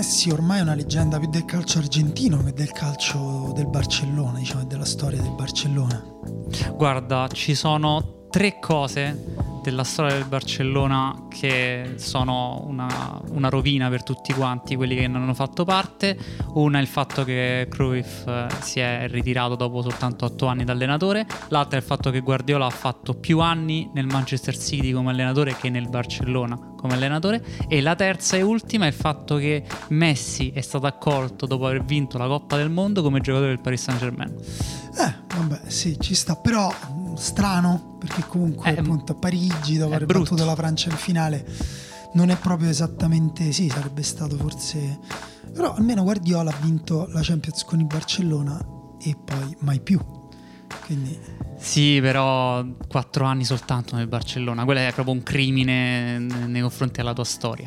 Messi ormai è una leggenda più del calcio argentino che del calcio del Barcellona, diciamo, e della storia del Barcellona. Guarda, ci sono 3 cose della storia del Barcellona che sono una rovina per tutti quanti quelli che non hanno fatto parte. Una è il fatto che Cruyff si è ritirato dopo soltanto 8 anni da allenatore. L'altra è il fatto che Guardiola ha fatto più anni nel Manchester City come allenatore che nel Barcellona come allenatore. E la terza e ultima è il fatto che Messi è stato accolto dopo aver vinto la Coppa del Mondo come giocatore del Paris Saint-Germain. Vabbè, sì, ci sta, però strano, perché comunque appunto a Parigi, dopo aver battuto la Francia in finale, non è proprio esattamente, sì, sarebbe stato forse, però almeno Guardiola ha vinto la Champions con il Barcellona e poi mai più, quindi sì, però 4 anni soltanto nel Barcellona, quello è proprio un crimine nei confronti della tua storia.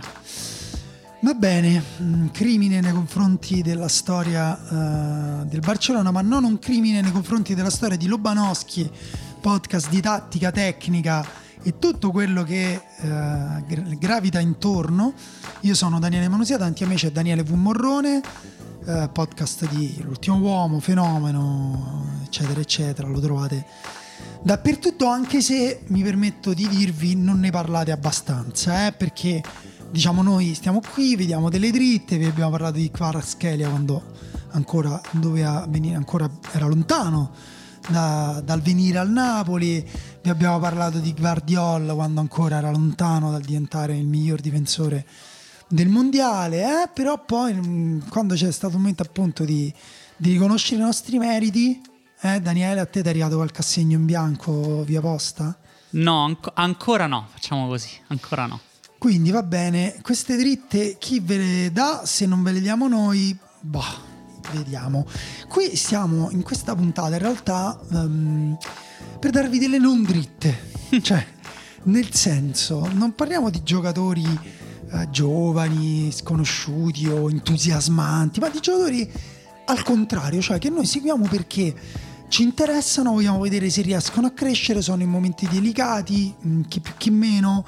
Va bene, crimine nei confronti della storia del Barcellona, ma non un crimine nei confronti della storia di Lobanowski, podcast di tattica, tecnica e tutto quello che gravita intorno. Io sono Daniele Manusia, tanti amici è Daniele V. Morrone, podcast di L'Ultimo Uomo, Fenomeno, eccetera eccetera, lo trovate dappertutto, anche se mi permetto di dirvi non ne parlate abbastanza, perché diciamo noi stiamo qui, vediamo delle dritte, vi abbiamo parlato di Kvaratskhelia quando ancora doveva venire, ancora era lontano dal venire al Napoli, vi abbiamo parlato di Gvardiol quando ancora era lontano dal diventare il miglior difensore del mondiale, però poi quando c'è stato un momento appunto di riconoscere i nostri meriti, Daniele, a te ti è arrivato qualche assegno in bianco via posta? No, ancora no, facciamo così, ancora no. Quindi va bene, queste dritte chi ve le dà? Se non ve le diamo noi, vediamo. Qui siamo in questa puntata in realtà per darvi delle non dritte, cioè nel senso non parliamo di giocatori giovani, sconosciuti o entusiasmanti, ma di giocatori al contrario, cioè che noi seguiamo perché ci interessano, vogliamo vedere se riescono a crescere, sono in momenti delicati, chi più chi meno.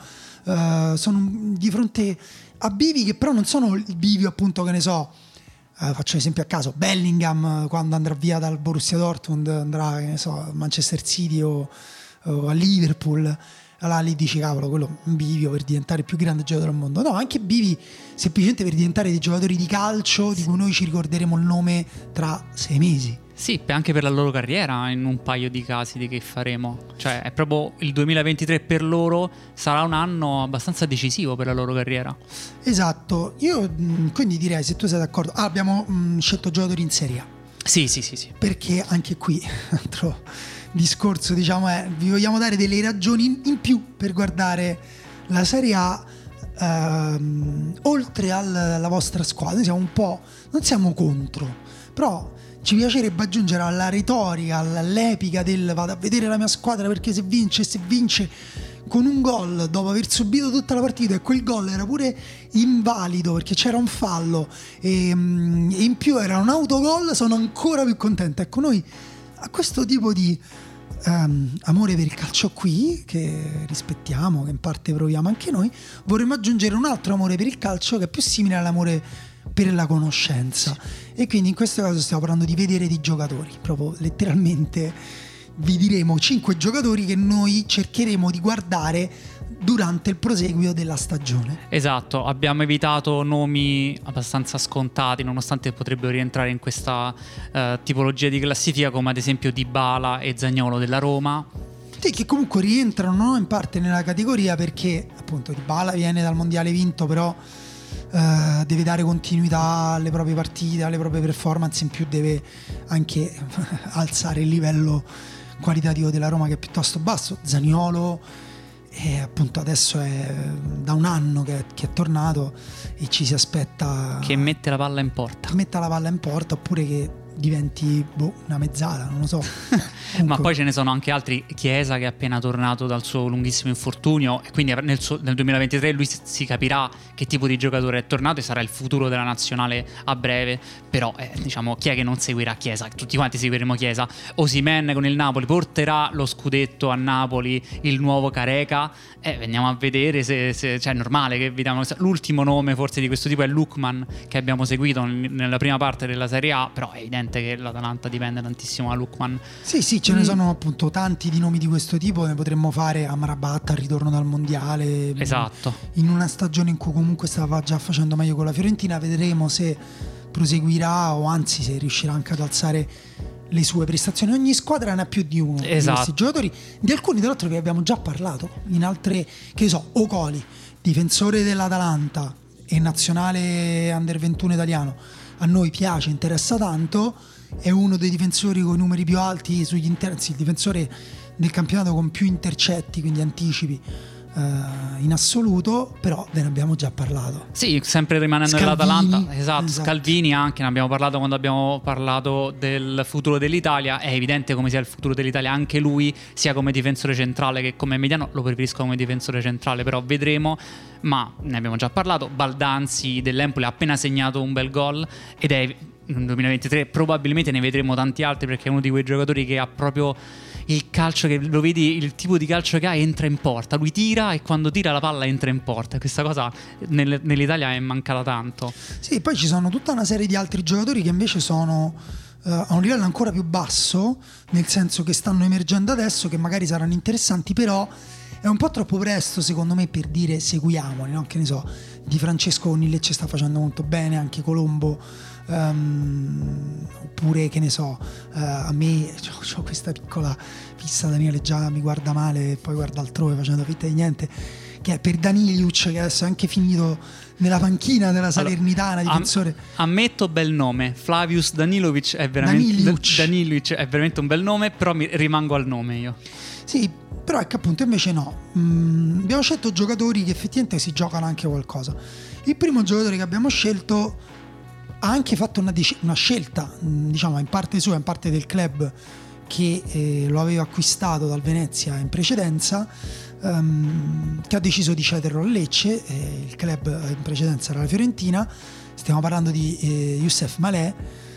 Sono di fronte a bivi che però non sono il bivio appunto, che ne so, faccio un esempio a caso, Bellingham quando andrà via dal Borussia Dortmund andrà, che ne so, a Manchester City o a Liverpool, allora lì dici cavolo, quello è un bivio per diventare il più grande giocatore al mondo. No, anche bivi semplicemente per diventare dei giocatori di calcio di cui noi ci ricorderemo il nome tra 6 mesi. Sì, anche per la loro carriera in un paio di casi che faremo. Cioè è proprio il 2023 per loro sarà un anno abbastanza decisivo per la loro carriera. Esatto, io quindi direi, se tu sei d'accordo, abbiamo scelto giocatori in Serie A. Sì. Perché anche qui, altro discorso, diciamo, vi vogliamo dare delle ragioni in più per guardare la Serie A oltre alla vostra squadra. Noi siamo un po', non siamo contro, però ci piacerebbe aggiungere alla retorica, all'epica del vado a vedere la mia squadra perché se vince con un gol dopo aver subito tutta la partita, e quel gol era pure invalido perché c'era un fallo e in più era un autogol, sono ancora più contento. Ecco, noi a questo tipo di amore per il calcio qui, che rispettiamo, che in parte proviamo anche noi, vorremmo aggiungere un altro amore per il calcio che è più simile all'amore per la conoscenza, e quindi in questo caso stiamo parlando di vedere dei giocatori, proprio letteralmente vi diremo 5 giocatori che noi cercheremo di guardare durante il proseguio della stagione. Esatto, abbiamo evitato nomi abbastanza scontati, nonostante potrebbero rientrare in questa tipologia di classifica, come ad esempio Dybala e Zaniolo della Roma. Sì, che comunque rientrano in parte nella categoria, perché appunto Dybala viene dal mondiale vinto, però deve dare continuità alle proprie partite, alle proprie performance, in più deve anche alzare il livello qualitativo della Roma, che è piuttosto basso. Zaniolo appunto adesso è da un anno che è tornato e ci si aspetta che metta la palla in porta, oppure che diventi una mezzala, non lo so. Ma poi ce ne sono anche altri. Chiesa, che è appena tornato dal suo lunghissimo infortunio, e quindi nel 2023 lui si capirà che tipo di giocatore è tornato e sarà il futuro della nazionale a breve. Però diciamo, chi è che non seguirà Chiesa? Tutti quanti seguiremo Chiesa. Osimhen con il Napoli porterà lo scudetto a Napoli, il nuovo Careca, veniamo a vedere se cioè, è normale che vediamo. L'ultimo nome forse di questo tipo è Lookman, che abbiamo seguito nella prima parte della Serie A, però è evidente che l'Atalanta dipende tantissimo da Lookman. Sì, ce ne sono appunto tanti di nomi di questo tipo. Ne potremmo fare Amrabat al ritorno dal mondiale, esatto, in una stagione in cui comunque stava già facendo meglio con la Fiorentina. Vedremo se proseguirà o anzi se riuscirà anche ad alzare le sue prestazioni. Ogni squadra ne ha più di uno, esatto, di questi giocatori, di alcuni tra l'altro che abbiamo già parlato in altre, che ne so, Ocoli, difensore dell'Atalanta e nazionale under 21 italiano, a noi piace, interessa tanto, è uno dei difensori con i numeri più alti sugli il difensore del campionato con più intercetti, quindi anticipi in assoluto, però ve ne abbiamo già parlato. Sì, sempre rimanendo nell'Atalanta, esatto. Scalvini anche, ne abbiamo parlato quando abbiamo parlato del futuro dell'Italia. È evidente come sia il futuro dell'Italia anche lui, sia come difensore centrale che come mediano. Lo preferisco come difensore centrale, però vedremo. Ma ne abbiamo già parlato. Baldanzi dell'Empoli ha appena segnato un bel gol ed è nel 2023, probabilmente ne vedremo tanti altri, perché è uno di quei giocatori che ha proprio il calcio, che lo vedi, il tipo di calcio che ha, entra in porta, lui tira e quando tira la palla entra in porta. Questa cosa nell'Italia è mancata tanto. Sì, poi ci sono tutta una serie di altri giocatori che invece sono a un livello ancora più basso, nel senso che stanno emergendo adesso, che magari saranno interessanti, però è un po' troppo presto secondo me per dire seguiamoli, no? Che ne so, Di Francesco con il Lecce sta facendo molto bene, anche Colombo, oppure che ne so, a me c'ho questa piccola fissa, Daniele già mi guarda male e poi guarda altrove facendo finta di niente, che è per Daniliuc, che adesso è anche finito nella panchina della Salernitana, difensore. Ammetto, bel nome, Flavius Danilovic è veramente Daniliuc è veramente un bel nome, però rimango al nome io. Sì, però ecco appunto invece no, abbiamo scelto giocatori che effettivamente si giocano anche qualcosa. Il primo giocatore che abbiamo scelto ha anche fatto una scelta, diciamo in parte sua, in parte del club che lo aveva acquistato dal Venezia in precedenza, che ha deciso di cederlo al Lecce. Il club in precedenza era la Fiorentina. Stiamo parlando di Youssef Malé,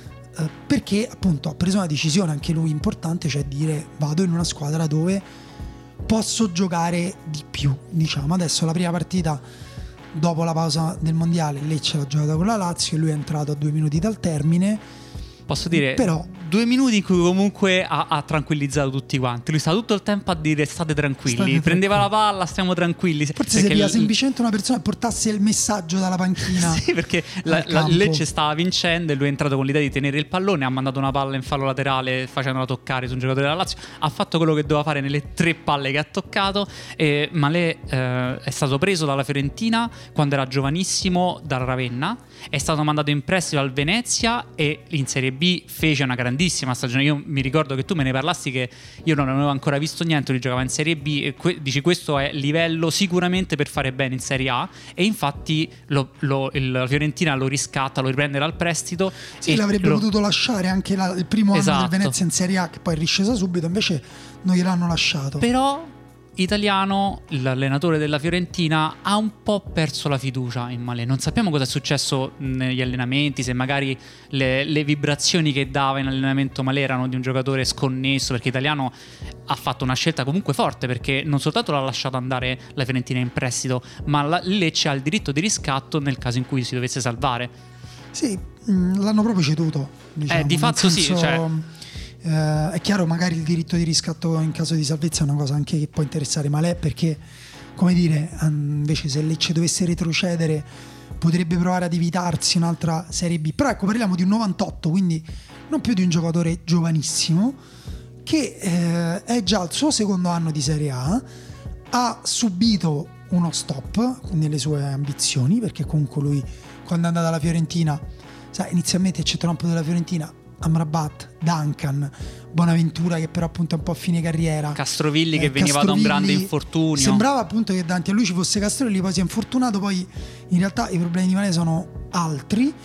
perché appunto ha preso una decisione anche lui importante, cioè dire vado in una squadra dove posso giocare di più, diciamo. Adesso la prima partita dopo la pausa del mondiale Lecce l'ha giocata con la Lazio e lui è entrato a 2 minuti dal termine. Posso dire, però 2 minuti in cui comunque ha tranquillizzato tutti quanti. Lui sta tutto il tempo a dire state tranquilli, prendeva la palla, stiamo tranquilli. Forse serviva semplicemente una persona che portasse il messaggio dalla panchina. Sì, perché il Lecce stava vincendo e lui è entrato con l'idea di tenere il pallone, ha mandato una palla in fallo laterale facendola toccare su un giocatore della Lazio, ha fatto quello che doveva fare nelle 3 palle che ha toccato. E Malé è stato preso dalla Fiorentina quando era giovanissimo dal Ravenna, è stato mandato in prestito al Venezia e in Serie B fece una grandissima stagione. Io mi ricordo che tu me ne parlassi, che io non avevo ancora visto niente. Lui giocava in Serie B e dici questo è livello sicuramente per fare bene in Serie A, e infatti la Fiorentina lo riscatta, lo riprende dal prestito. Sì, l'avrebbe potuto lasciare anche il primo anno del Venezia in Serie A, che poi è riscesa subito, invece non gliel'hanno lasciato. Però Italiano, l'allenatore della Fiorentina, ha un po' perso la fiducia in Malé. Non sappiamo cosa è successo negli allenamenti, se magari le vibrazioni che dava in allenamento Malé erano di un giocatore sconnesso, perché Italiano ha fatto una scelta comunque forte, perché non soltanto l'ha lasciato andare la Fiorentina in prestito, ma Lecce ha il diritto di riscatto nel caso in cui si dovesse salvare. Sì, l'hanno proprio ceduto, diciamo, di fatto senso, sì, cioè è chiaro, magari il diritto di riscatto in caso di salvezza è una cosa anche che può interessare Malé, perché come dire, invece se Lecce dovesse retrocedere potrebbe provare ad evitarsi un'altra Serie B. Però ecco, parliamo di un 98, quindi non più di un giocatore giovanissimo che è già al suo secondo anno di Serie A, ha subito uno stop nelle sue ambizioni, perché comunque lui quando è andato alla Fiorentina, sai, inizialmente c'è troppo della Fiorentina, Amrabat, Duncan, Bonaventura che però appunto è un po' a fine carriera, Castrovilli che veniva da un grande infortunio, sembrava appunto che davanti a lui ci fosse Castrovilli, poi si è infortunato, poi in realtà i problemi di Malé sono altri.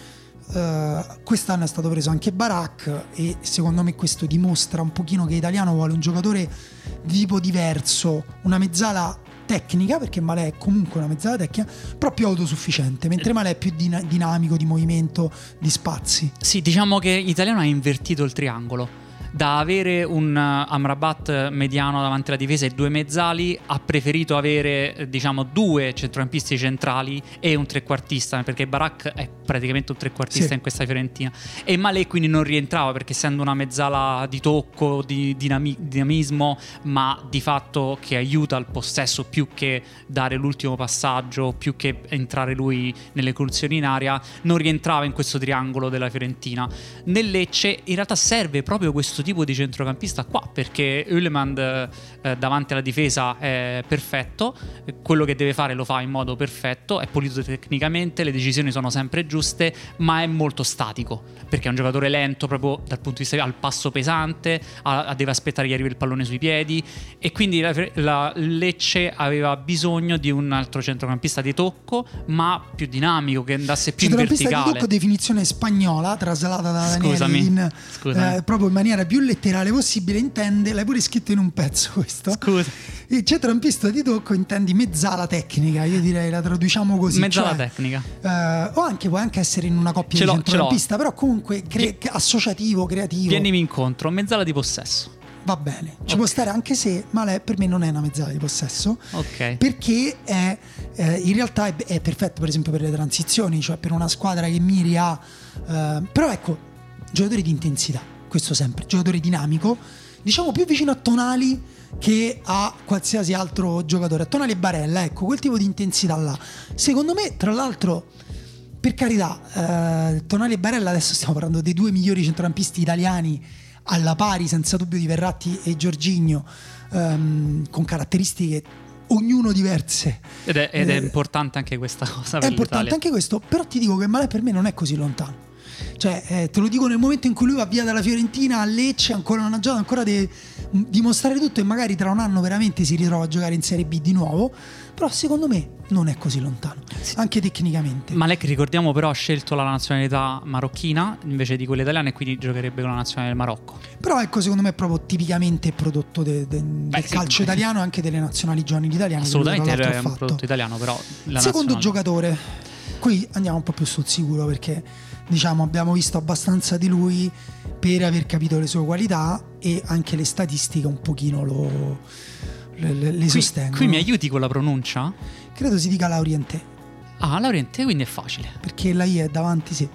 quest'anno è stato preso anche Barak, e secondo me questo dimostra un pochino che Italiano vuole un giocatore di tipo diverso, una mezzala tecnica, perché Malè è comunque una mezzala tecnica, però più autosufficiente, mentre Malè è più dinamico, di movimento, di spazi. Sì, diciamo che Italiano ha invertito il triangolo. Da avere un Amrabat mediano davanti alla difesa e due mezzali, ha preferito avere, diciamo, due centrocampisti centrali e un trequartista, perché Barak è praticamente un trequartista, sì, in questa Fiorentina, e Malè quindi non rientrava, perché essendo una mezzala di tocco, di dinamismo, ma di fatto che aiuta al possesso più che dare l'ultimo passaggio, più che entrare lui nelle incursioni in area, non rientrava in questo triangolo della Fiorentina. Nel Lecce in realtà serve proprio questo tipo di centrocampista qua, perché Ulemand davanti alla difesa è perfetto, quello che deve fare lo fa in modo perfetto, è pulito tecnicamente, le decisioni sono sempre giuste, ma è molto statico, perché è un giocatore lento proprio dal punto di vista al passo pesante, deve aspettare che arrivi il pallone sui piedi, e quindi la Lecce aveva bisogno di un altro centrocampista di tocco, ma più dinamico, che andasse più in verticale. Di tocco, definizione spagnola traslata da Daniele proprio in maniera più letterale possibile, intende, l'hai pure scritto in un pezzo questo. Scusa. Il centrocampista di tocco intendi mezzala tecnica, io direi la traduciamo così. Mezzala tecnica. O anche può anche essere in una coppia di centrocampista, però comunque associativo, creativo. Vienimi incontro, mezzala di possesso. Va bene, ci può stare, anche se Malè per me non è una mezzala di possesso, perché è in realtà è perfetto per esempio per le transizioni, cioè per una squadra che miri a però ecco, giocatori di intensità, questo sempre, giocatore dinamico, diciamo più vicino a Tonali che a qualsiasi altro giocatore, a Tonali e Barella, ecco, quel tipo di intensità là. Secondo me, tra l'altro, per carità, Tonali e Barella, adesso stiamo parlando dei due migliori centrocampisti italiani alla pari senza dubbio di Verratti e Jorginho, con caratteristiche ognuno diverse, ed è importante anche questa cosa per è importante l'Italia. Anche questo, però ti dico che Malè per me non è così lontano, cioè te lo dico, nel momento in cui lui va via dalla Fiorentina a Lecce, ancora non ha giocato, ancora deve dimostrare tutto, e magari tra un anno veramente si ritrova a giocare in Serie B di nuovo, però secondo me non è così lontano, anche tecnicamente. Malek, ricordiamo, però ha scelto la nazionalità marocchina invece di quella italiana, e quindi giocherebbe con la nazionale del Marocco. Però ecco, secondo me è proprio tipicamente prodotto del calcio italiano, anche delle nazionali giovanili italiane. Assolutamente è un prodotto italiano, però secondo giocatore, qui andiamo un po' più sul sicuro, perché diciamo abbiamo visto abbastanza di lui per aver capito le sue qualità, e anche le statistiche un pochino le sostengono. Qui mi aiuti con la pronuncia? Credo si dica Laurienté. Ah, Laurienté, quindi è facile, perché la I è davanti, sì.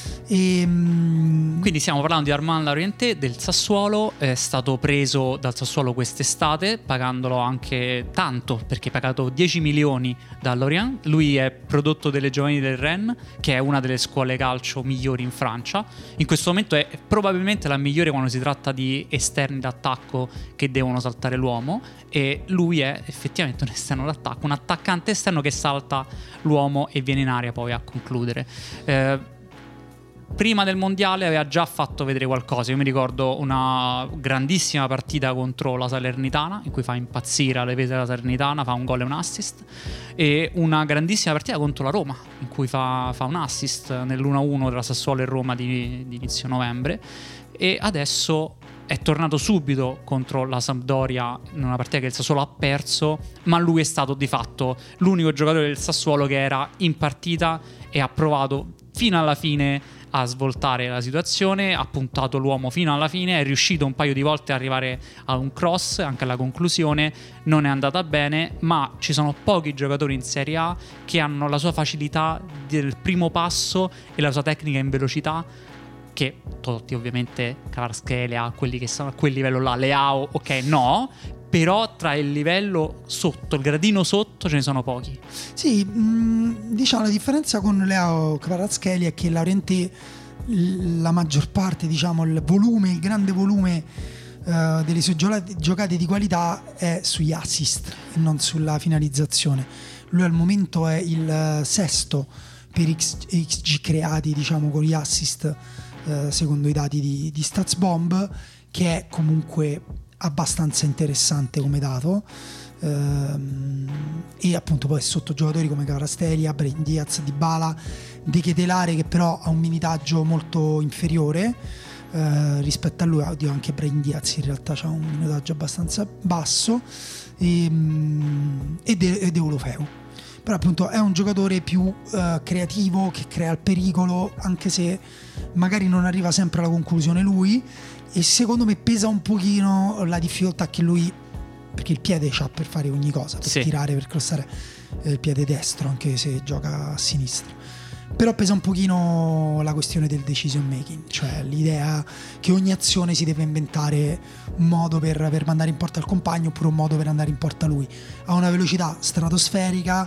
Quindi stiamo parlando di Armand Laurienté del Sassuolo, è stato preso dal Sassuolo quest'estate, pagandolo anche tanto, perché ha pagato 10 milioni da Lorient. Lui è prodotto delle giovanili del Rennes, che è una delle scuole calcio migliori in Francia. In questo momento è probabilmente la migliore quando si tratta di esterni d'attacco che devono saltare l'uomo, e lui è effettivamente un esterno d'attacco, un attaccante esterno che salta l'uomo e viene in area poi a concludere. Prima del mondiale aveva già fatto vedere qualcosa. Io mi ricordo una grandissima partita contro la Salernitana, in cui fa impazzire la difesa della Salernitana, fa un gol e un assist, e una grandissima partita contro la Roma, in cui fa un assist nell'1-1 tra Sassuolo e Roma di inizio novembre. E adesso è tornato subito contro la Sampdoria, in una partita che il Sassuolo ha perso, ma lui è stato di fatto l'unico giocatore del Sassuolo che era in partita e ha provato fino alla fine a svoltare la situazione, ha puntato l'uomo fino alla fine, è riuscito un paio di volte ad arrivare a un cross, anche alla conclusione non è andata bene, ma ci sono pochi giocatori in Serie A che hanno la sua facilità del primo passo e la sua tecnica in velocità, che Totti ovviamente, Kvaratskhelia, quelli che sono a quel livello là, Leao, ok, no, però tra il livello sotto, il gradino sotto, ce ne sono pochi. Sì, diciamo la differenza con Leao, Kvaratskhelia è che Laurienté, la maggior parte, diciamo il grande volume delle sue giocate di qualità è sugli assist e non sulla finalizzazione. Lui al momento è il sesto per XG creati, diciamo, con gli assist, secondo i dati di StatsBomb, che è comunque abbastanza interessante come dato, e appunto poi sotto giocatori come Kvaratskhelia, Brahim Diaz, Dybala, De Ketelare, che però ha un minutaggio molto inferiore rispetto a lui. Oddio, anche Brahim Diaz in realtà ha un minutaggio abbastanza basso, e Deulofeu. Però appunto è un giocatore più creativo, che crea il pericolo, anche se magari non arriva sempre alla conclusione lui, e secondo me pesa un pochino la difficoltà che lui, perché il piede c'ha per fare ogni cosa, per tirare, per crossare, il piede destro, anche se gioca a sinistra. Però pesa un pochino la questione del decision making, cioè l'idea che ogni azione si deve inventare un modo per mandare in porta il compagno, oppure un modo per andare in porta lui. Ha una velocità stratosferica,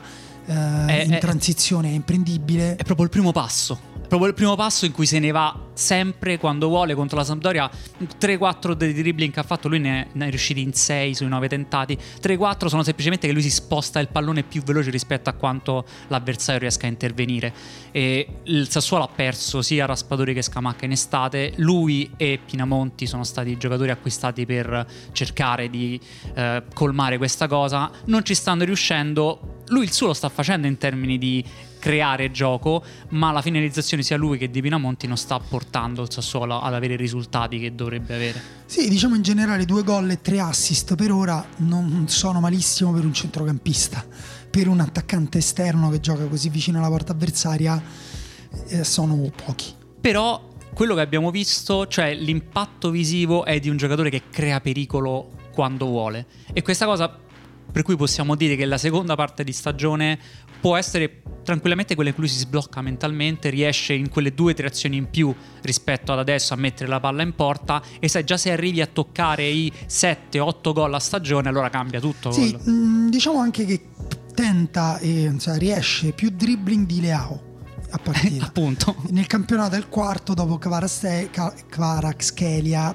in transizione è imprendibile. È proprio il primo passo. Proprio il primo passo in cui se ne va sempre quando vuole. Contro la Sampdoria 3-4 dei dribbling che ha fatto lui ne è riusciti in 6 sui 9 tentati. 3-4 sono semplicemente che lui si sposta il pallone più veloce rispetto a quanto l'avversario riesca a intervenire. E il Sassuolo ha perso sia Raspadori che Scamacca in estate. Lui e Pinamonti sono stati i giocatori acquistati per cercare di colmare questa cosa. Non ci stanno riuscendo. Lui il suo lo sta facendo in termini di creare gioco, ma la finalizzazione sia lui che di Pinamonti non sta portando il Sassuolo ad avere i risultati che dovrebbe avere. Sì, diciamo in generale 2 gol e 3 assist per ora non sono malissimo per un centrocampista. Per un attaccante esterno che gioca così vicino alla porta avversaria sono pochi. Però quello che abbiamo visto, cioè l'impatto visivo, è di un giocatore che crea pericolo quando vuole, e questa cosa per cui possiamo dire che la seconda parte di stagione può essere tranquillamente quella in cui lui si sblocca mentalmente, riesce in quelle 2-3 azioni in più rispetto ad adesso a mettere la palla in porta, e sai, già se arrivi a toccare i 7-8 gol a stagione allora cambia tutto. Sì, diciamo anche che tenta e riesce più dribbling di Leao a partita. Appunto. Nel campionato è il quarto dopo Kvaratskhelia,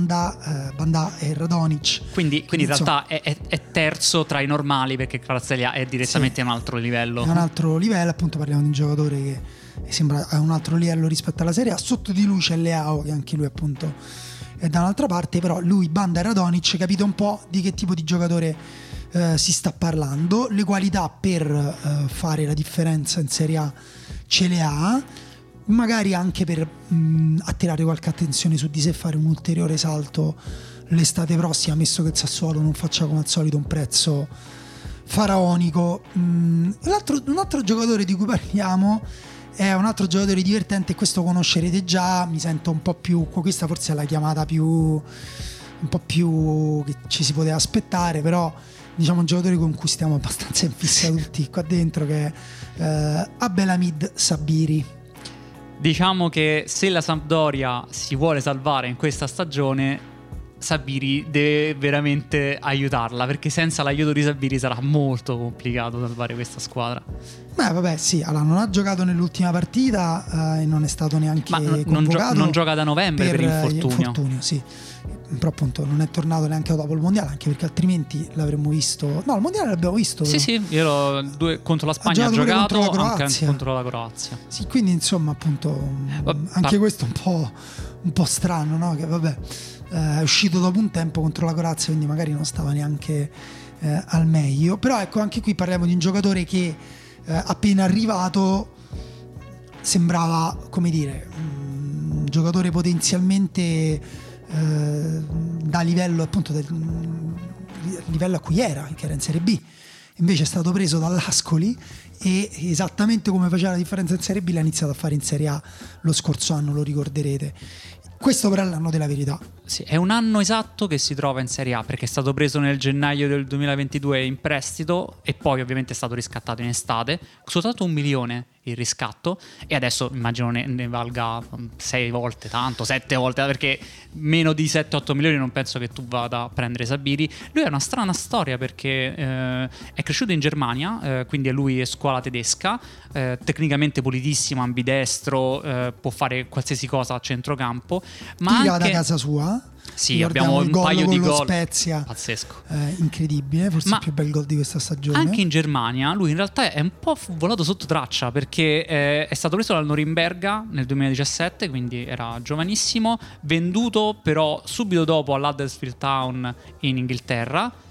Banda e Radonic. Quindi in realtà è terzo tra i normali, perché Kvaratskhelia è direttamente a un altro livello. È un altro livello, appunto parliamo di un giocatore che sembra a un altro livello rispetto alla Serie A. Sotto di lui c'è Leao, che anche lui appunto è da un'altra parte, però lui, Banda e Radonic, capite un po' di che tipo di giocatore si sta parlando. Le qualità per fare la differenza in Serie A ce le ha, magari anche per attirare qualche attenzione su di sé, fare un ulteriore salto l'estate prossima, ammesso che il Sassuolo non faccia come al solito un prezzo faraonico. Un altro giocatore di cui parliamo è un altro giocatore divertente, e questo conoscerete già, mi sento un po' più, questa forse è la chiamata un po' più che ci si poteva aspettare, però diciamo un giocatore con cui stiamo abbastanza in fissa tutti qua dentro, che è Abdelhamid Sabiri. Diciamo che se la Sampdoria si vuole salvare in questa stagione, Sabiri deve veramente aiutarla, perché senza l'aiuto di Sabiri sarà molto complicato salvare questa squadra. Beh, vabbè, sì, allora non ha giocato nell'ultima partita e non è stato neanche convocato. Non gioca da novembre per infortunio. Sì. Però appunto non è tornato neanche dopo il mondiale, anche perché altrimenti l'avremmo visto. No, il mondiale l'abbiamo visto. Sì, io contro la Spagna ha giocato, anche contro la Croazia. Sì, quindi insomma appunto anche questo un po' strano, no? Che vabbè, è uscito dopo un tempo contro la Croazia, quindi magari non stava neanche al meglio. Però ecco, anche qui parliamo di un giocatore che appena arrivato sembrava, come dire, un giocatore potenzialmente da livello appunto del livello a cui era, che era in Serie B. Invece è stato preso dall'Ascoli e esattamente come faceva la differenza in Serie B l'ha iniziato a fare in Serie A lo scorso anno, lo ricorderete. Questo però è l'anno della verità. Sì, è un anno esatto che si trova in Serie A, perché è stato preso nel gennaio del 2022 in prestito e poi ovviamente è stato riscattato in estate, soltanto 1 milione il riscatto, e adesso immagino ne valga 6 volte tanto, 7 volte, perché meno di 7-8 milioni non penso che tu vada a prendere Sabiri. Lui ha una strana storia, perché è cresciuto in Germania, quindi lui è scuola tedesca, tecnicamente pulitissimo, ambidestro, può fare qualsiasi cosa a centrocampo, ma anche da casa sua. Sì, abbiamo un paio di gol. Spezia, pazzesco, incredibile, forse il più bel gol di questa stagione. Anche in Germania lui in realtà è un po' volato sotto traccia, perché è stato preso dal Norimberga nel 2017, quindi era giovanissimo, venduto però subito dopo all'Huddersfield Town in Inghilterra.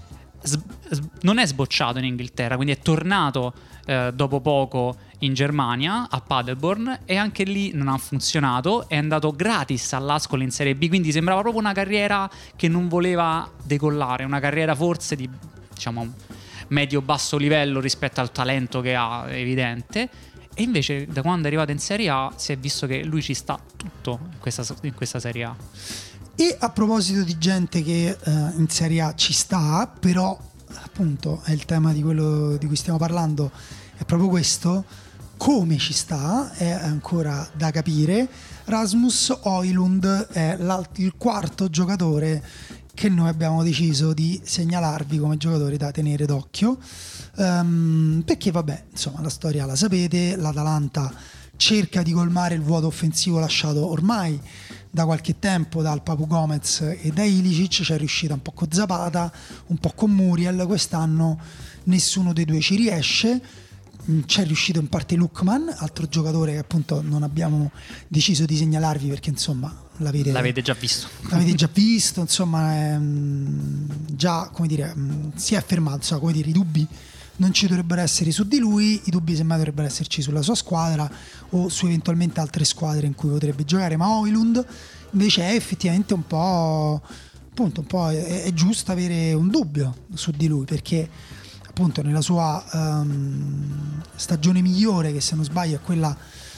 non è sbocciato in Inghilterra, quindi è tornato dopo poco in Germania a Paderborn, e anche lì non ha funzionato, è andato gratis all'Ascoli in Serie B, quindi sembrava proprio una carriera che non voleva decollare, una carriera forse di, diciamo, medio-basso livello rispetto al talento che ha, evidente. E invece da quando è arrivato in Serie A si è visto che lui ci sta tutto in questa Serie A. E a proposito di gente che in Serie A ci sta, però appunto è il tema di quello di cui stiamo parlando, è proprio questo: come ci sta è ancora da capire. Rasmus Højlund è il quarto giocatore che noi abbiamo deciso di segnalarvi come giocatore da tenere d'occhio, perché vabbè, insomma, la storia la sapete, l'Atalanta cerca di colmare il vuoto offensivo lasciato ormai da qualche tempo dal Papu Gomez e da Ilicic. C'è riuscita un po' con Zapata, un po' con Muriel, quest'anno nessuno dei due ci riesce. C'è riuscito in parte Lookman, altro giocatore che appunto non abbiamo deciso di segnalarvi perché insomma l'avete già visto. L'avete già visto, insomma, già, come dire, si è affermato, insomma, come dire, i dubbi non ci dovrebbero essere su di lui, i dubbi semmai dovrebbero esserci sulla sua squadra o su eventualmente altre squadre in cui potrebbe giocare, ma Højlund invece è effettivamente un po', appunto, un po' è giusto avere un dubbio su di lui, perché appunto nella sua stagione migliore, che se non sbaglio è quella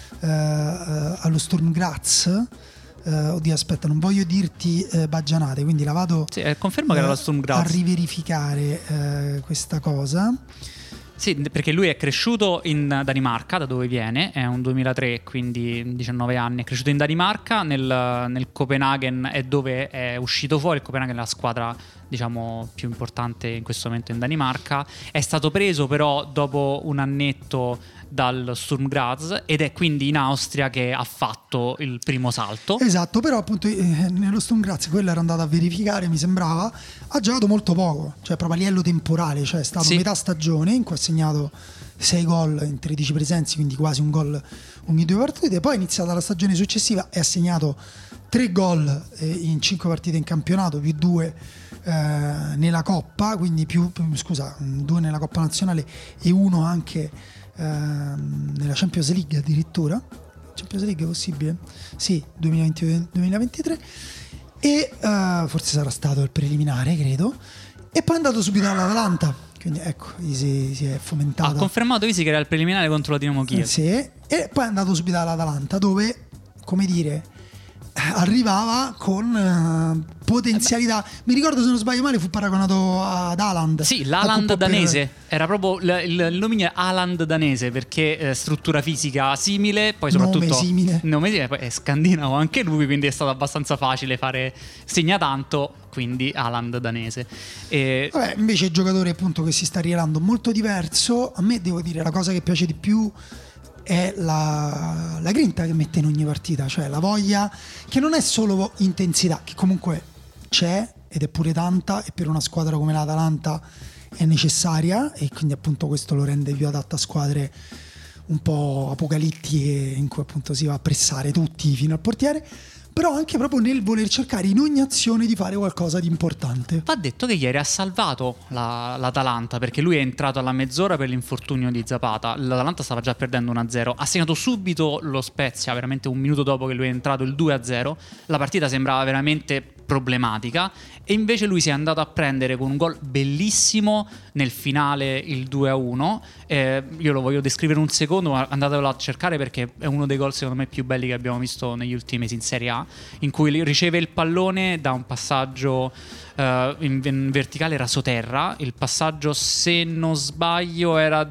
allo Sturm Graz, oddio aspetta, non voglio dirti baggianate, quindi la vado, sì, conferma che era la Sturm Graz, a riverificare questa cosa. Sì, perché lui è cresciuto in Danimarca, da dove viene, è un 2003, quindi 19 anni, è cresciuto in Danimarca, nel Copenaghen è dove è uscito fuori. Il Copenaghen è la squadra, diciamo, più importante in questo momento in Danimarca. È stato preso però dopo un annetto dal Sturm Graz ed è quindi in Austria che ha fatto il primo salto. Esatto, però appunto nello Sturm Graz, quello era andato a verificare, mi sembrava, ha giocato molto poco, cioè proprio a livello temporale, cioè è stato metà stagione in cui ha segnato 6 gol in 13 presenze, quindi quasi un gol ogni 2 partite. Poi è iniziata la stagione successiva e ha segnato 3 gol in 5 partite in campionato, più 2 nella Coppa, quindi 2 nella Coppa Nazionale e 1 anche nella Champions League addirittura. Champions League è possibile? Sì, 2022-2023, e forse sarà stato il preliminare, credo, e poi è andato subito all'Atalanta, quindi ecco, si è fomentato. Ha confermato Isi che era il preliminare contro la Dinamo Kiev. Sì, e poi è andato subito all'Atalanta, dove, come dire, arrivava con potenzialità. Mi ricordo, se non sbaglio male, fu paragonato ad Haaland. Sì, l'Haaland danese. Era proprio il nome Haaland danese, perché struttura fisica simile, poi soprattutto nome simile, poi è scandinavo anche lui, quindi è stato abbastanza facile fare segna tanto, quindi Haaland danese. Vabbè, invece il giocatore appunto che si sta rivelando molto diverso. A me, devo dire, la cosa che piace di più è la grinta che mette in ogni partita, cioè la voglia, che non è solo intensità, che comunque c'è ed è pure tanta, e per una squadra come l'Atalanta è necessaria, e quindi appunto questo lo rende più adatto a squadre un po' apocalittiche in cui appunto si va a pressare tutti fino al portiere, però anche proprio nel voler cercare in ogni azione di fare qualcosa di importante. Va detto che ieri ha salvato l'Atalanta, perché lui è entrato alla mezz'ora per l'infortunio di Zapata. L'Atalanta stava già perdendo 1-0, ha segnato subito lo Spezia, veramente un minuto dopo che lui è entrato, il 2-0. La partita sembrava veramente problematica, e invece lui si è andato a prendere con un gol bellissimo nel finale, il 2-1. Io lo voglio descrivere un secondo, ma andatevelo a cercare, perché è uno dei gol secondo me più belli che abbiamo visto negli ultimi mesi in Serie A, in cui riceve il pallone da un passaggio in verticale rasoterra. Il passaggio, se non sbaglio, era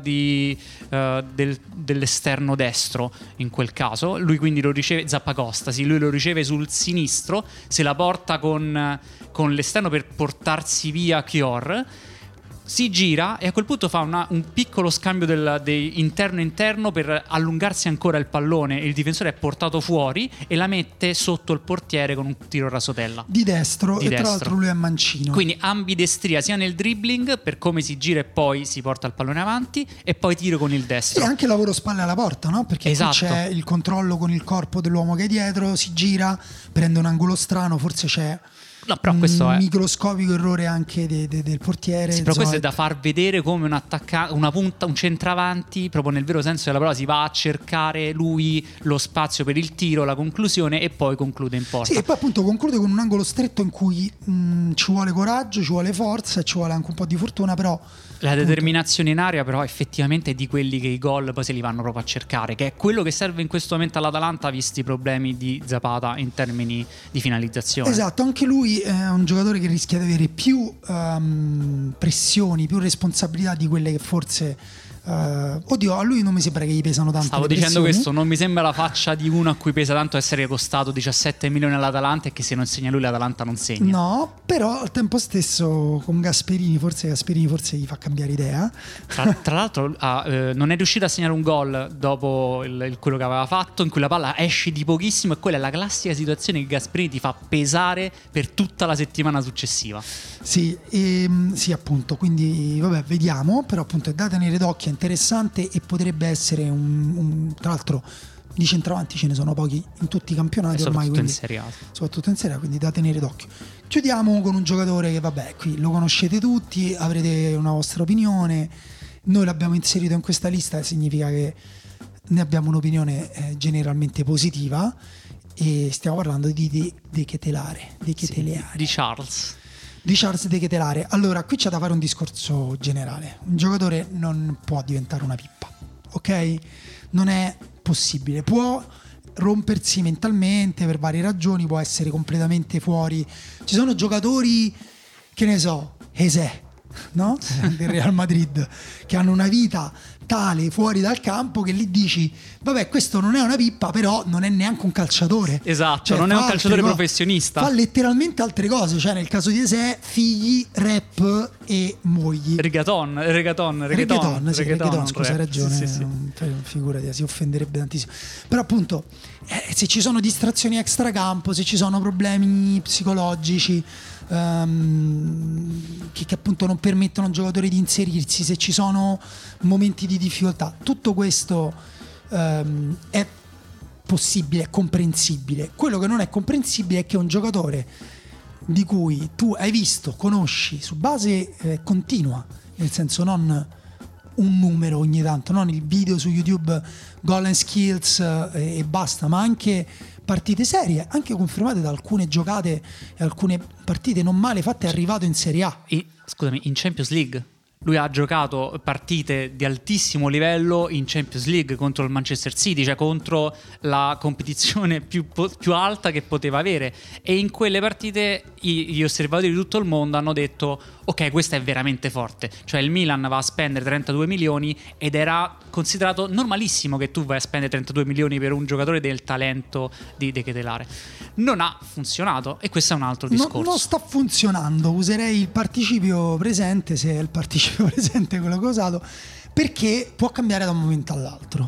dell'esterno destro in quel caso. Lui quindi lo riceve, Zappacosta, sì, lui lo riceve sul sinistro, se la porta con l'esterno per portarsi via Chior, si gira e a quel punto fa un piccolo scambio interno-interno per allungarsi ancora il pallone. Il difensore è portato fuori e la mette sotto il portiere con un tiro rasotella di destro. Tra l'altro lui è mancino, quindi ambidestria sia nel dribbling, per come si gira e poi si porta il pallone avanti, e poi tiro con il destro. E anche lavoro spalle alla porta, no? Perché esatto, qui c'è il controllo con il corpo dell'uomo che è dietro, si gira, prende un angolo strano, forse c'è No, però questo un è microscopico errore anche del portiere. sì, però questo è Zoet. da far vedere come una punta, un centravanti, proprio nel vero senso della parola, si va a cercare lui lo spazio per il tiro, la conclusione, e poi conclude in porta. Sì, e poi appunto conclude con un angolo stretto in cui ci vuole coraggio, ci vuole forza e ci vuole anche un po' di fortuna, però La determinazione in area però effettivamente è di quelli che i gol poi se li vanno proprio a cercare, che è quello che serve in questo momento all'Atalanta visti i problemi di Zapata in termini di finalizzazione. esatto, anche lui è un giocatore che rischia di avere più pressioni, più responsabilità di quelle che forse oddio, a lui non mi sembra che gli pesano tanto. Stavo dicendo questo, non mi sembra la faccia di uno a cui pesa tanto essere costato 17 milioni all'Atalanta e che se non segna lui l'Atalanta non segna. No, però al tempo stesso con Gasperini forse gli fa cambiare idea. Tra l'altro non è riuscito a segnare un gol dopo quello che aveva fatto, in cui la palla esce di pochissimo, e quella è la classica situazione che Gasperini ti fa pesare per tutta la settimana successiva. Sì, sì, appunto, quindi vabbè, vediamo, però appunto è da tenere d'occhio, è interessante e potrebbe essere tra l'altro di centravanti ce ne sono pochi in tutti i campionati ormai, quindi, in Serie A. soprattutto in Serie A, quindi da tenere d'occhio. Chiudiamo con un giocatore che vabbè, qui lo conoscete tutti, avrete una vostra opinione, noi l'abbiamo inserito in questa lista, significa che ne abbiamo un'opinione generalmente positiva, e stiamo parlando di De Ketelaere, Di Charles De Ketelaere. Allora, qui c'è da fare un discorso generale. Un giocatore non può diventare una pippa, ok? Non è possibile. Può rompersi mentalmente per varie ragioni, può essere completamente fuori. Ci sono giocatori, che ne so, Eze, no? Del Real Madrid, che hanno una vita tale fuori dal campo che lì dici vabbè, questo non è una pippa, però non è neanche un calciatore. Esatto, cioè, non è un calciatore professionista, fa letteralmente altre cose, cioè nel caso di Eze figli, rap e mogli. Reggaeton, scusa, hai ragione, sì. figurati, si offenderebbe tantissimo, però appunto se ci sono distrazioni extracampo, se ci sono problemi psicologici che appunto non permettono a un giocatore di inserirsi, se ci sono momenti di difficoltà, tutto questo è possibile, è comprensibile. Quello che non è comprensibile è che un giocatore di cui tu hai visto, conosci su base continua, nel senso non un numero ogni tanto, non il video su YouTube goal and skills e basta, ma anche partite serie, anche confermate da alcune giocate e alcune partite non male fatte, è arrivato in Serie A. Scusami, in Champions League lui ha giocato partite di altissimo livello in Champions League contro il Manchester City, cioè contro la competizione più alta che poteva avere, e in quelle partite gli osservatori di tutto il mondo hanno detto ok, questa è veramente forte, cioè il Milan va a spendere 32 milioni ed era considerato normalissimo che tu vai a spendere 32 milioni per un giocatore del talento di De Ketelaere. Non ha funzionato e questo è un altro discorso. Non sta funzionando, userei il participio presente, se è il participio presente quello che ho usato, perché può cambiare da un momento all'altro.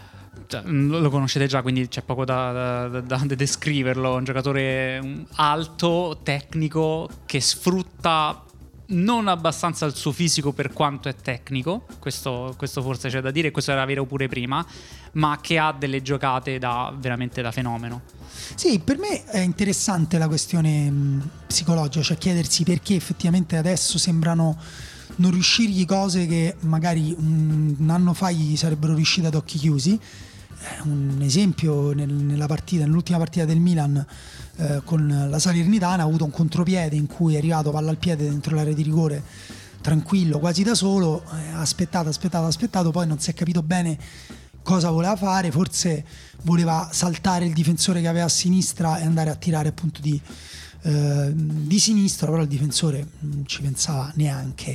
Lo conoscete già, quindi c'è poco da descriverlo. Un giocatore alto, tecnico, che sfrutta non abbastanza il suo fisico per quanto è tecnico, questo forse c'è da dire, questo era vero pure prima, ma che ha delle giocate veramente da fenomeno. Sì, per me è interessante la questione psicologica, cioè chiedersi perché effettivamente adesso sembrano non riuscirgli cose che magari un anno fa gli sarebbero riuscite ad occhi chiusi. Un esempio, nell'ultima partita del Milan con la Salernitana ha avuto un contropiede in cui è arrivato palla al piede dentro l'area di rigore, tranquillo, quasi da solo, ha aspettato, poi non si è capito bene cosa voleva fare, forse voleva saltare il difensore che aveva a sinistra e andare a tirare appunto di sinistra, però il difensore non ci pensava neanche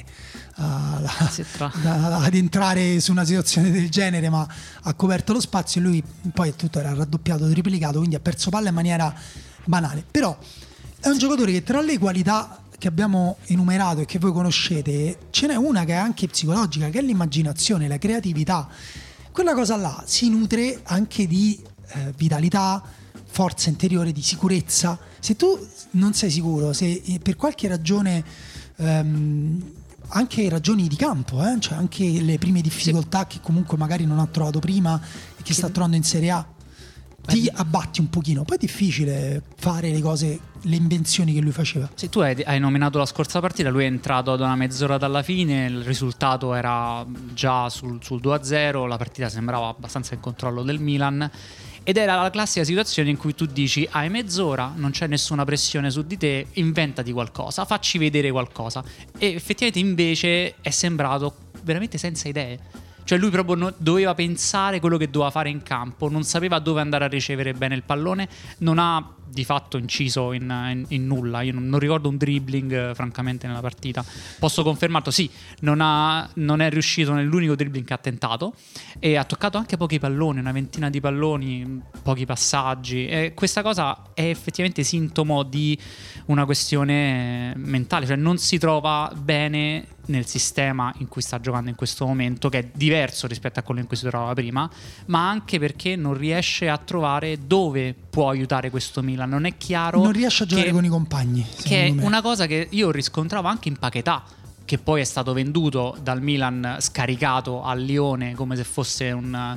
ad entrare su una situazione del genere, ma ha coperto lo spazio e lui poi tutto era raddoppiato, triplicato, quindi ha perso palla in maniera banale. Però è un giocatore che tra le qualità che abbiamo enumerato e che voi conoscete ce n'è una che è anche psicologica, che è l'immaginazione, la creatività. Quella cosa là si nutre anche di vitalità, forza interiore, di sicurezza. Se tu non sei sicuro, se per qualche ragione anche ragioni di campo, cioè anche le prime difficoltà che comunque magari non ha trovato prima e che sta trovando in Serie A, ti abbatti un pochino. Poi è difficile fare le cose, le invenzioni che lui faceva. Sì, tu hai nominato la scorsa partita, lui è entrato ad una mezz'ora dalla fine, il risultato era già sul 2-0, la partita sembrava abbastanza in controllo del Milan. Ed era la classica situazione in cui tu dici: hai mezz'ora, non c'è nessuna pressione su di te, inventati qualcosa, facci vedere qualcosa. E effettivamente invece è sembrato veramente senza idee. Cioè lui proprio doveva pensare quello che doveva fare in campo, non sapeva dove andare a ricevere bene il pallone, non ha di fatto inciso in nulla. Io non ricordo un dribbling francamente nella partita. Posso confermarlo, sì, non è riuscito nell'unico dribbling che ha tentato, e ha toccato anche pochi palloni, una ventina di palloni, pochi passaggi, e questa cosa è effettivamente sintomo di una questione mentale, cioè non si trova bene nel sistema in cui sta giocando in questo momento, che è diverso rispetto a quello in cui si trovava prima, ma anche perché non riesce a trovare dove può aiutare questo Milan. Non è chiaro, non riesce a giocare con i compagni, che è una cosa che io riscontravo anche in Paquetá, che poi è stato venduto dal Milan scaricato al Lione come se fosse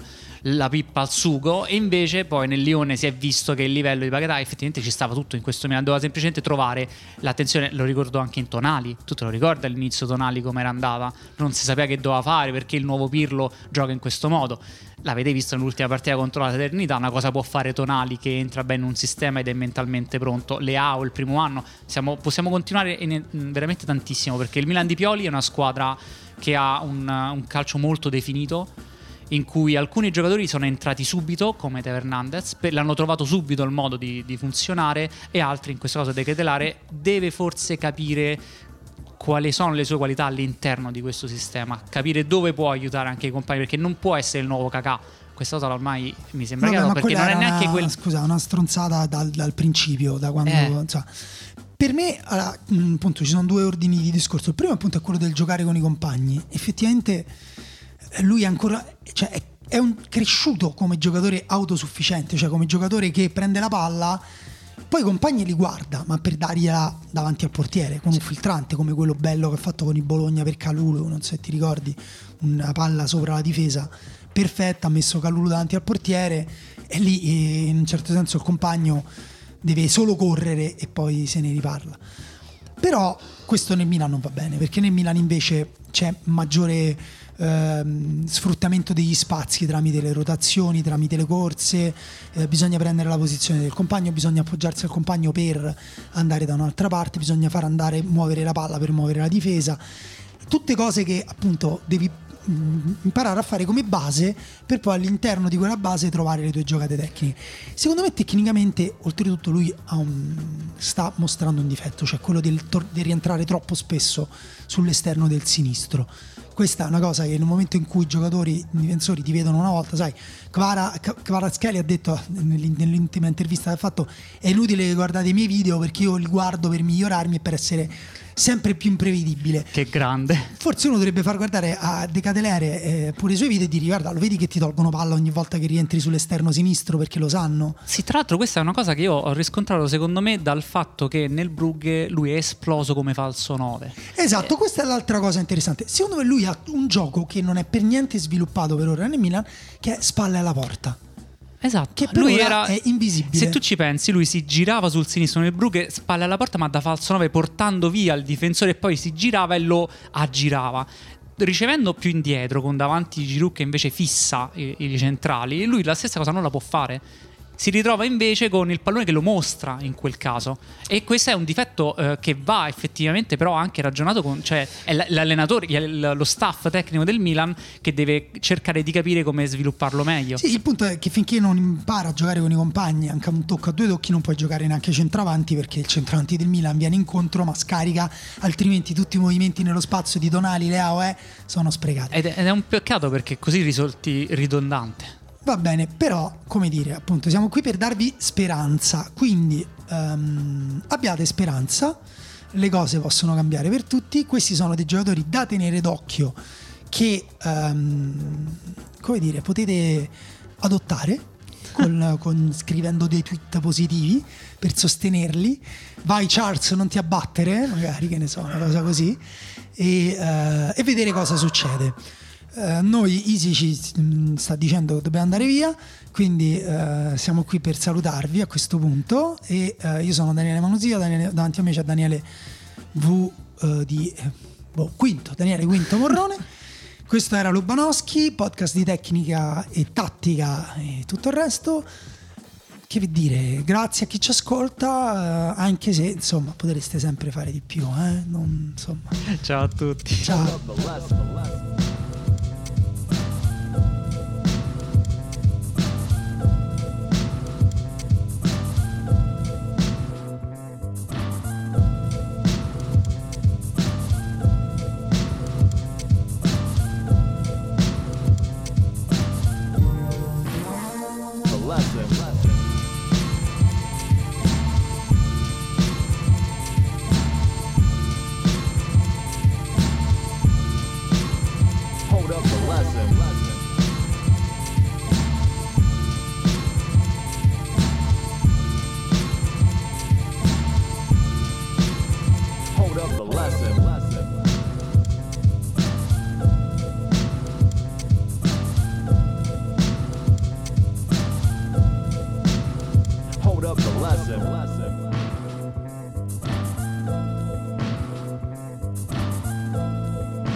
la pippa al sugo, e invece poi nel Lione si è visto che il livello di Paquetá effettivamente ci stava tutto in questo Milan, doveva semplicemente trovare l'attenzione. Lo ricordo anche in Tonali, tu te lo ricordi all'inizio Tonali come era andata, non si sapeva che doveva fare perché il nuovo Pirlo gioca in questo modo. L'avete visto nell'ultima partita contro la Salernitana, una cosa può fare Tonali che entra bene in un sistema ed è mentalmente pronto. Leao il primo anno, possiamo continuare veramente tantissimo, perché il Milan di Pioli è una squadra che ha un calcio molto definito, in cui alcuni giocatori sono entrati subito come Teo Hernandez, l'hanno trovato subito il modo di funzionare, e altri, in questo caso De Ketelare, deve forse capire quali sono le sue qualità all'interno di questo sistema, capire dove può aiutare anche i compagni, perché non può essere il nuovo Kakà. Questa cosa ormai mi sembra chiaro, perché non è neanche una stronzata dal principio, da quando per me, appunto, ci sono due ordini di discorso. Il primo appunto è quello del giocare con i compagni. Effettivamente lui ancora, cioè, è un cresciuto come giocatore autosufficiente, cioè come giocatore che prende la palla, poi i compagni li guarda, ma per dargliela davanti al portiere con un filtrante, come quello bello che ha fatto con il Bologna per Kalulu, non so se ti ricordi, una palla sopra la difesa perfetta, ha messo Kalulu davanti al portiere, e lì in un certo senso il compagno deve solo correre e poi se ne riparla. Però questo nel Milan non va bene, perché nel Milan invece c'è maggiore sfruttamento degli spazi tramite le rotazioni, tramite le corse, bisogna prendere la posizione del compagno, bisogna appoggiarsi al compagno per andare da un'altra parte, bisogna far muovere la palla per muovere la difesa, tutte cose che appunto devi imparare a fare come base, per poi all'interno di quella base trovare le tue giocate tecniche. Secondo me tecnicamente, oltretutto, lui sta mostrando un difetto, cioè quello del rientrare troppo spesso sull'esterno del sinistro. Questa è una cosa che nel momento in cui i difensori ti vedono una volta, sai, Kvaratskhelia ha detto nell'ultima intervista che ha fatto: è inutile che guardate i miei video perché io li guardo per migliorarmi e per essere sempre più imprevedibile. Che grande. Forse uno dovrebbe far guardare a De Ketelare pure i suoi video e dire: guarda, lo vedi che ti tolgono palla ogni volta che rientri sull'esterno sinistro, perché lo sanno. Sì, tra l'altro questa è una cosa che io ho riscontrato secondo me dal fatto che nel Brugge lui è esploso come falso 9. Esatto, questa è l'altra cosa interessante. Secondo me lui ha un gioco che non è per niente sviluppato per ora nel Milan, che è spalle alla porta. Esatto, che per ora è invisibile. Se tu ci pensi, lui si girava sul sinistro nel Brugge, spalle alla porta, ma da falso 9, portando via il difensore, e poi si girava e lo aggirava, ricevendo più indietro, con davanti Giroud che invece fissa i centrali. Lui la stessa cosa non la può fare. Si ritrova invece con il pallone che lo mostra in quel caso, e questo è un difetto che va effettivamente però anche ragionato con, cioè è l'allenatore, lo staff tecnico del Milan che deve cercare di capire come svilupparlo meglio. Sì, il punto è che finché non impara a giocare con i compagni, anche a un tocco, a due tocchi, non puoi giocare neanche centravanti, perché il centravanti del Milan viene incontro ma scarica, altrimenti tutti i movimenti nello spazio di Tonali, Leao sono sprecati. Ed è un peccato, perché così risulti ridondante. Va bene, però, come dire, appunto, siamo qui per darvi speranza, quindi abbiate speranza, le cose possono cambiare per tutti. Questi sono dei giocatori da tenere d'occhio, che come dire, potete adottare scrivendo dei tweet positivi per sostenerli. Vai Charles, non ti abbattere, magari, che ne so, una cosa così, e vedere cosa succede. Noi Easy ci sta dicendo che dobbiamo andare via, quindi siamo qui per salutarvi a questo punto, e io sono Daniele Manusia, davanti a me c'è Daniele Daniele Quinto Morrone. Questo era Lobanowski, podcast di tecnica e tattica e tutto il resto. Che vi dire, grazie a chi ci ascolta, anche se insomma potreste sempre fare di più, insomma. Ciao a tutti. Ciao.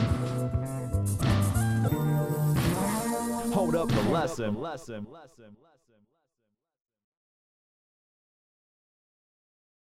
Hold up the lesson.